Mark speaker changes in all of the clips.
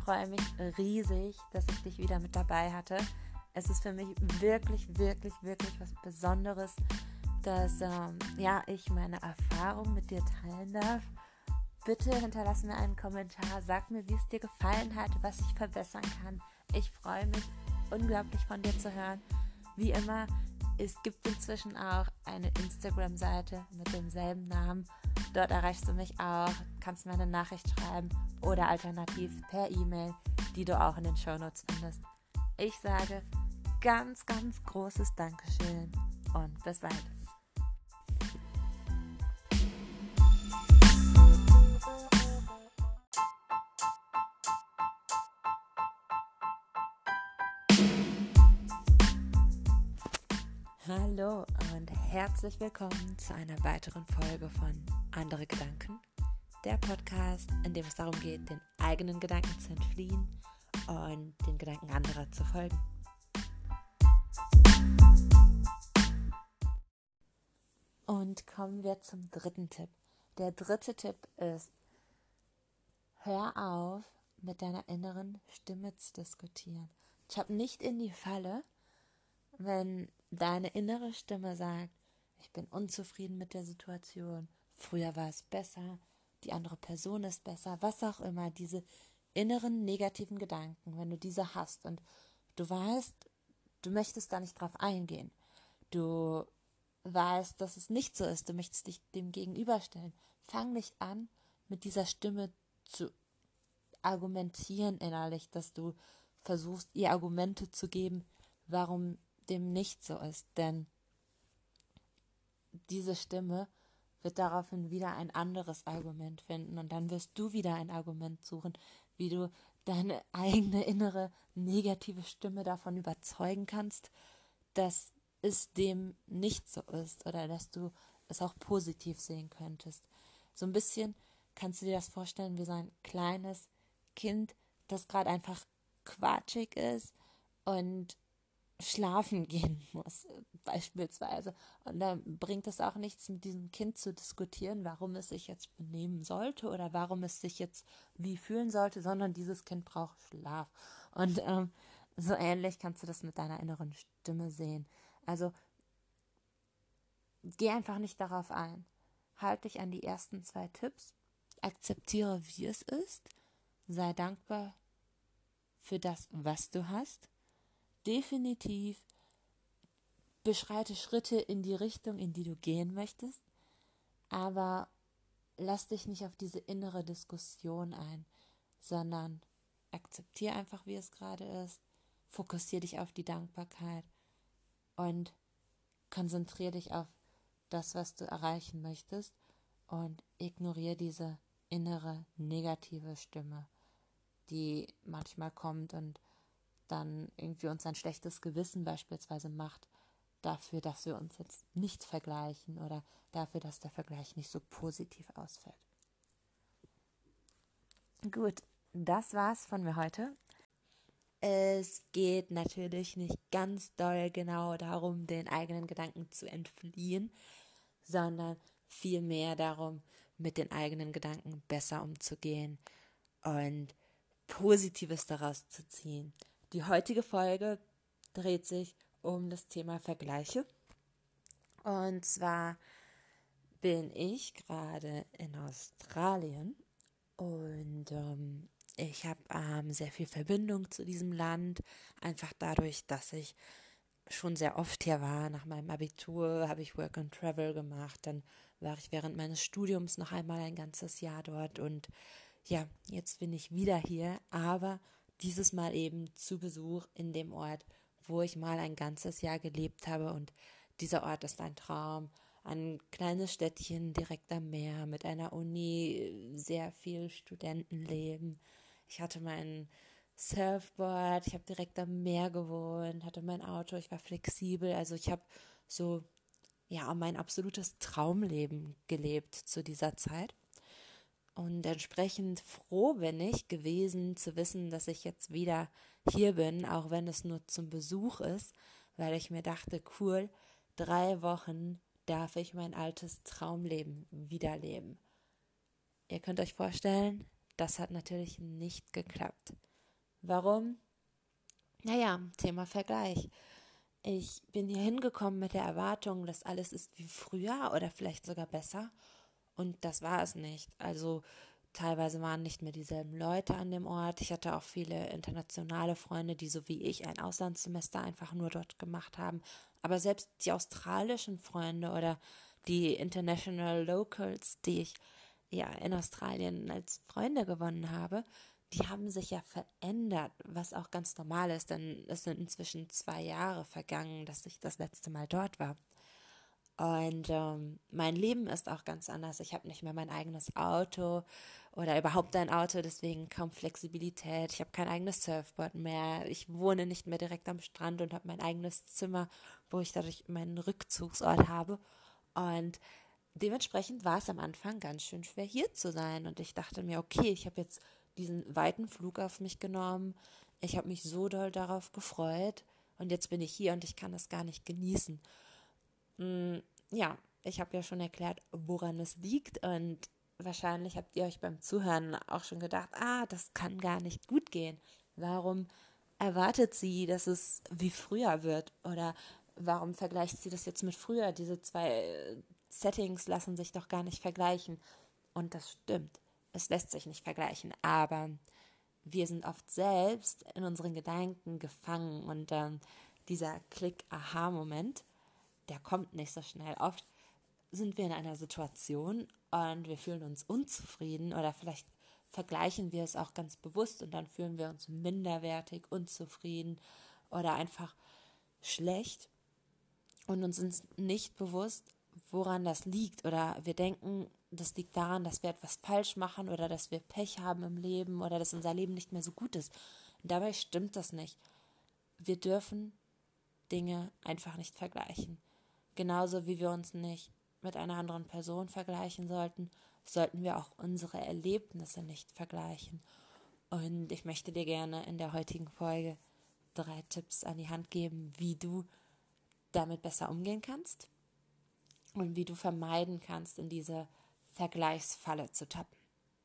Speaker 1: freue mich riesig, dass ich dich wieder mit dabei hatte. Es ist für mich wirklich, wirklich, wirklich was Besonderes, dass ich meine Erfahrung mit dir teilen darf. Bitte hinterlass mir einen Kommentar, sag mir, wie es dir gefallen hat, was ich verbessern kann. Ich freue mich unglaublich von dir zu hören. Wie immer, es gibt inzwischen auch eine Instagram-Seite mit demselben Namen. Dort erreichst du mich auch, kannst mir eine Nachricht schreiben oder alternativ per E-Mail, die du auch in den Shownotes findest. Ich sage ganz, ganz großes Dankeschön und bis bald. Hallo und herzlich willkommen zu einer weiteren Folge von Andere Gedanken, der Podcast, in dem es darum geht, den eigenen Gedanken zu entfliehen und den Gedanken anderer zu folgen. Und kommen wir zum dritten Tipp. Der dritte Tipp ist, hör auf, mit deiner inneren Stimme zu diskutieren. Schaut nicht in die Falle, wenn deine innere Stimme sagt, ich bin unzufrieden mit der Situation, früher war es besser, die andere Person ist besser, was auch immer, diese inneren negativen Gedanken, wenn du diese hast und du weißt, du möchtest da nicht drauf eingehen, du weißt, dass es nicht so ist, du möchtest dich dem gegenüberstellen, fang nicht an, mit dieser Stimme zu argumentieren innerlich, dass du versuchst, ihr Argumente zu geben, warum dem nicht so ist, denn diese Stimme wird daraufhin wieder ein anderes Argument finden und dann wirst du wieder ein Argument suchen, wie du deine eigene innere negative Stimme davon überzeugen kannst, dass es dem nicht so ist oder dass du es auch positiv sehen könntest. So ein bisschen kannst du dir das vorstellen wie so ein kleines Kind, das gerade einfach quatschig ist und schlafen gehen muss, beispielsweise. Und dann bringt es auch nichts, mit diesem Kind zu diskutieren, warum es sich jetzt benehmen sollte oder warum es sich jetzt wie fühlen sollte, sondern dieses Kind braucht Schlaf. Und so ähnlich kannst du das mit deiner inneren Stimme sehen. Also geh einfach nicht darauf ein. Halt dich an die ersten 2 Tipps. Akzeptiere, wie es ist. Sei dankbar für das, was du hast. Definitiv beschreite Schritte in die Richtung, in die du gehen möchtest, aber lass dich nicht auf diese innere Diskussion ein, sondern akzeptiere einfach, wie es gerade ist, fokussiere dich auf die Dankbarkeit und konzentriere dich auf das, was du erreichen möchtest und ignoriere diese innere negative Stimme, die manchmal kommt und dann irgendwie uns ein schlechtes Gewissen beispielsweise macht, dafür, dass wir uns jetzt nicht vergleichen oder dafür, dass der Vergleich nicht so positiv ausfällt. Gut, das war's von mir heute. Es geht natürlich nicht ganz doll genau darum, den eigenen Gedanken zu entfliehen, sondern vielmehr darum, mit den eigenen Gedanken besser umzugehen und Positives daraus zu ziehen. Die heutige Folge dreht sich um das Thema Vergleiche. Und zwar bin ich gerade in Australien und ich habe sehr viel Verbindung zu diesem Land, einfach dadurch, dass ich schon sehr oft hier war. Nach meinem Abitur habe ich Work and Travel gemacht, dann war ich während meines Studiums noch einmal ein ganzes Jahr dort und ja, jetzt bin ich wieder hier, aber dieses Mal eben zu Besuch in dem Ort, wo ich mal ein ganzes Jahr gelebt habe und dieser Ort ist ein Traum. Ein kleines Städtchen direkt am Meer mit einer Uni, sehr viel Studentenleben. Ich hatte mein Surfboard, ich habe direkt am Meer gewohnt, hatte mein Auto, ich war flexibel. Also ich habe so, ja, mein absolutes Traumleben gelebt zu dieser Zeit. Und entsprechend froh bin ich gewesen zu wissen, dass ich jetzt wieder hier bin, auch wenn es nur zum Besuch ist, weil ich mir dachte, cool, 3 Wochen darf ich mein altes Traumleben wiederleben. Ihr könnt euch vorstellen, das hat natürlich nicht geklappt. Warum? Naja, Thema Vergleich. Ich bin hier hingekommen mit der Erwartung, dass alles ist wie früher oder vielleicht sogar besser. Und das war es nicht. Also teilweise waren nicht mehr dieselben Leute an dem Ort. Ich hatte auch viele internationale Freunde, die so wie ich ein Auslandssemester einfach nur dort gemacht haben. Aber selbst die australischen Freunde oder die International Locals, die ich ja in Australien als Freunde gewonnen habe, die haben sich ja verändert, was auch ganz normal ist, denn es sind inzwischen 2 Jahre vergangen, dass ich das letzte Mal dort war. Und mein Leben ist auch ganz anders. Ich habe nicht mehr mein eigenes Auto oder überhaupt ein Auto, deswegen kaum Flexibilität. Ich habe kein eigenes Surfboard mehr. Ich wohne nicht mehr direkt am Strand und habe mein eigenes Zimmer, wo ich dadurch meinen Rückzugsort habe. Und dementsprechend war es am Anfang ganz schön schwer, hier zu sein. Und ich dachte mir, okay, ich habe jetzt diesen weiten Flug auf mich genommen. Ich habe mich so doll darauf gefreut. Und jetzt bin ich hier und ich kann das gar nicht genießen. Ja, ich habe ja schon erklärt, woran es liegt. Und wahrscheinlich habt ihr euch beim Zuhören auch schon gedacht, das kann gar nicht gut gehen. Warum erwartet sie, dass es wie früher wird? Oder warum vergleicht sie das jetzt mit früher? Diese zwei Settings lassen sich doch gar nicht vergleichen. Und das stimmt. Es lässt sich nicht vergleichen. Aber wir sind oft selbst in unseren Gedanken gefangen. Und dieser Klick-Aha-Moment, der kommt nicht so schnell. Oft sind wir in einer Situation und wir fühlen uns unzufrieden oder vielleicht vergleichen wir es auch ganz bewusst und dann fühlen wir uns minderwertig, unzufrieden oder einfach schlecht und uns ist nicht bewusst, woran das liegt oder wir denken, das liegt daran, dass wir etwas falsch machen oder dass wir Pech haben im Leben oder dass unser Leben nicht mehr so gut ist. Und dabei stimmt das nicht. Wir dürfen Dinge einfach nicht vergleichen. Genauso wie wir uns nicht mit einer anderen Person vergleichen sollten, sollten wir auch unsere Erlebnisse nicht vergleichen. Und ich möchte dir gerne in der heutigen Folge 3 Tipps an die Hand geben, wie du damit besser umgehen kannst und wie du vermeiden kannst, in diese Vergleichsfalle zu tappen.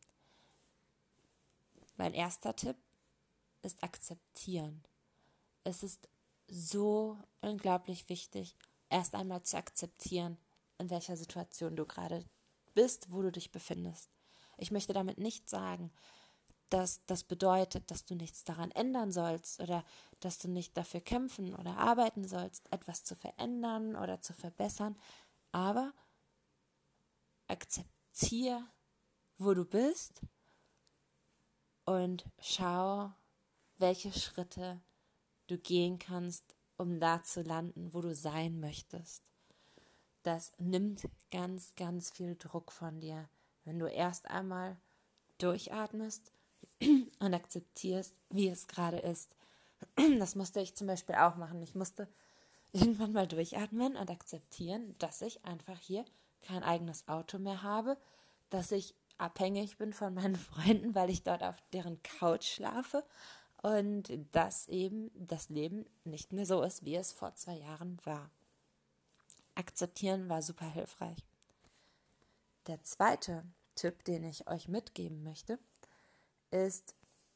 Speaker 1: Mein erster Tipp ist akzeptieren. Es ist so unglaublich wichtig, erst einmal zu akzeptieren, in welcher Situation du gerade bist, wo du dich befindest. Ich möchte damit nicht sagen, dass das bedeutet, dass du nichts daran ändern sollst oder dass du nicht dafür kämpfen oder arbeiten sollst, etwas zu verändern oder zu verbessern, aber akzeptiere, wo du bist und schau, welche Schritte du gehen kannst, um da zu landen, wo du sein möchtest. Das nimmt ganz, ganz viel Druck von dir, wenn du erst einmal durchatmest und akzeptierst, wie es gerade ist. Das musste ich zum Beispiel auch machen. Ich musste irgendwann mal durchatmen und akzeptieren, dass ich einfach hier kein eigenes Auto mehr habe, dass ich abhängig bin von meinen Freunden, weil ich dort auf deren Couch schlafe und dass eben das Leben nicht mehr so ist, wie es vor 2 Jahren war. Akzeptieren war super hilfreich. Der zweite Tipp, den ich euch mitgeben möchte, ist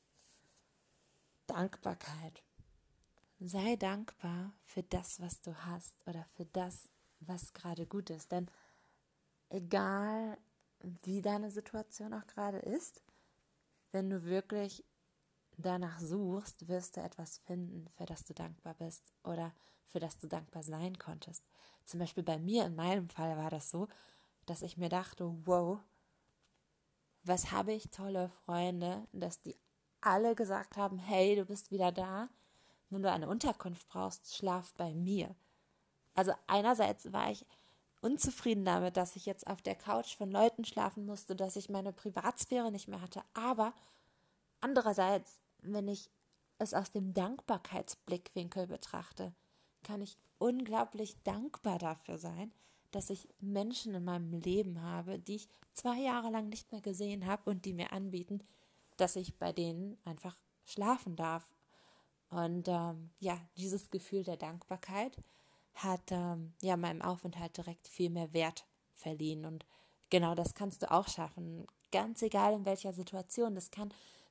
Speaker 1: Dankbarkeit. Sei dankbar für das, was du hast oder für das, was gerade gut ist. Denn egal, wie deine Situation auch gerade ist, wenn du wirklich danach suchst, wirst du etwas finden, für das du dankbar bist oder für das du dankbar sein konntest. Zum Beispiel bei mir, in meinem Fall war das so, dass ich mir dachte, wow, was habe ich tolle Freunde, dass die alle gesagt haben, hey, du bist wieder da, wenn du eine Unterkunft brauchst, schlaf bei mir. Also einerseits war ich unzufrieden damit, dass ich jetzt auf der Couch von Leuten schlafen musste, dass ich meine Privatsphäre nicht mehr hatte, aber andererseits, wenn ich es aus dem Dankbarkeitsblickwinkel betrachte, kann ich unglaublich dankbar dafür sein, dass ich Menschen in meinem Leben habe, die ich 2 Jahre lang nicht mehr gesehen habe und die mir anbieten, dass ich bei denen einfach schlafen darf. Und dieses Gefühl der Dankbarkeit hat meinem Aufenthalt direkt viel mehr Wert verliehen. Und genau das kannst du auch schaffen. Ganz egal in welcher Situation. Das kann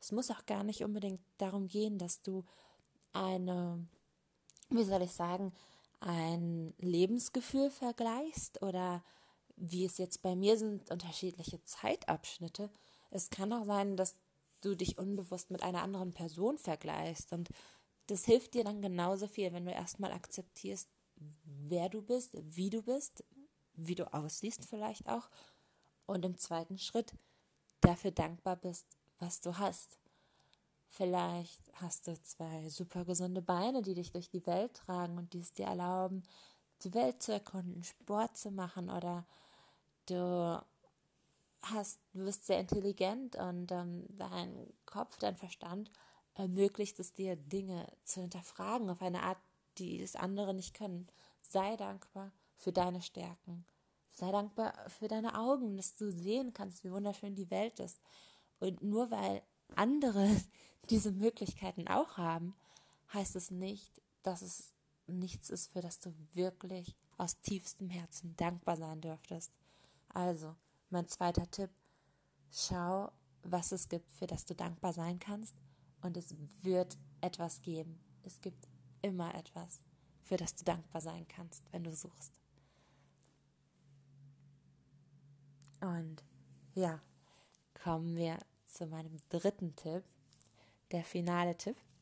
Speaker 1: Es muss auch gar nicht unbedingt darum gehen, dass du eine, wie soll ich sagen, ein Lebensgefühl vergleichst oder wie es jetzt bei mir sind, unterschiedliche Zeitabschnitte. Es kann auch sein, dass du dich unbewusst mit einer anderen Person vergleichst und das hilft dir dann genauso viel, wenn du erstmal akzeptierst, wer du bist, wie du aussiehst vielleicht auch und im zweiten Schritt dafür dankbar bist, was du hast. Vielleicht hast du zwei super gesunde Beine, die dich durch die Welt tragen und die es dir erlauben, die Welt zu erkunden, Sport zu machen oder du du bist sehr intelligent und dein Kopf, dein Verstand ermöglicht es dir, Dinge zu hinterfragen auf eine Art, die das andere nicht können. Sei dankbar für deine Stärken. Sei dankbar für deine Augen, dass du sehen kannst, wie wunderschön die Welt ist. Und nur weil andere diese Möglichkeiten auch haben, heißt es nicht, dass es nichts ist, für das du wirklich aus tiefstem Herzen dankbar sein dürftest. Also, mein zweiter Tipp, schau, was es gibt, für das du dankbar sein kannst. Und es wird etwas geben. Es gibt immer etwas, für das du dankbar sein kannst, wenn du suchst. Und ja, kommen wir zu meinem dritten Tipp, der finale Tipp.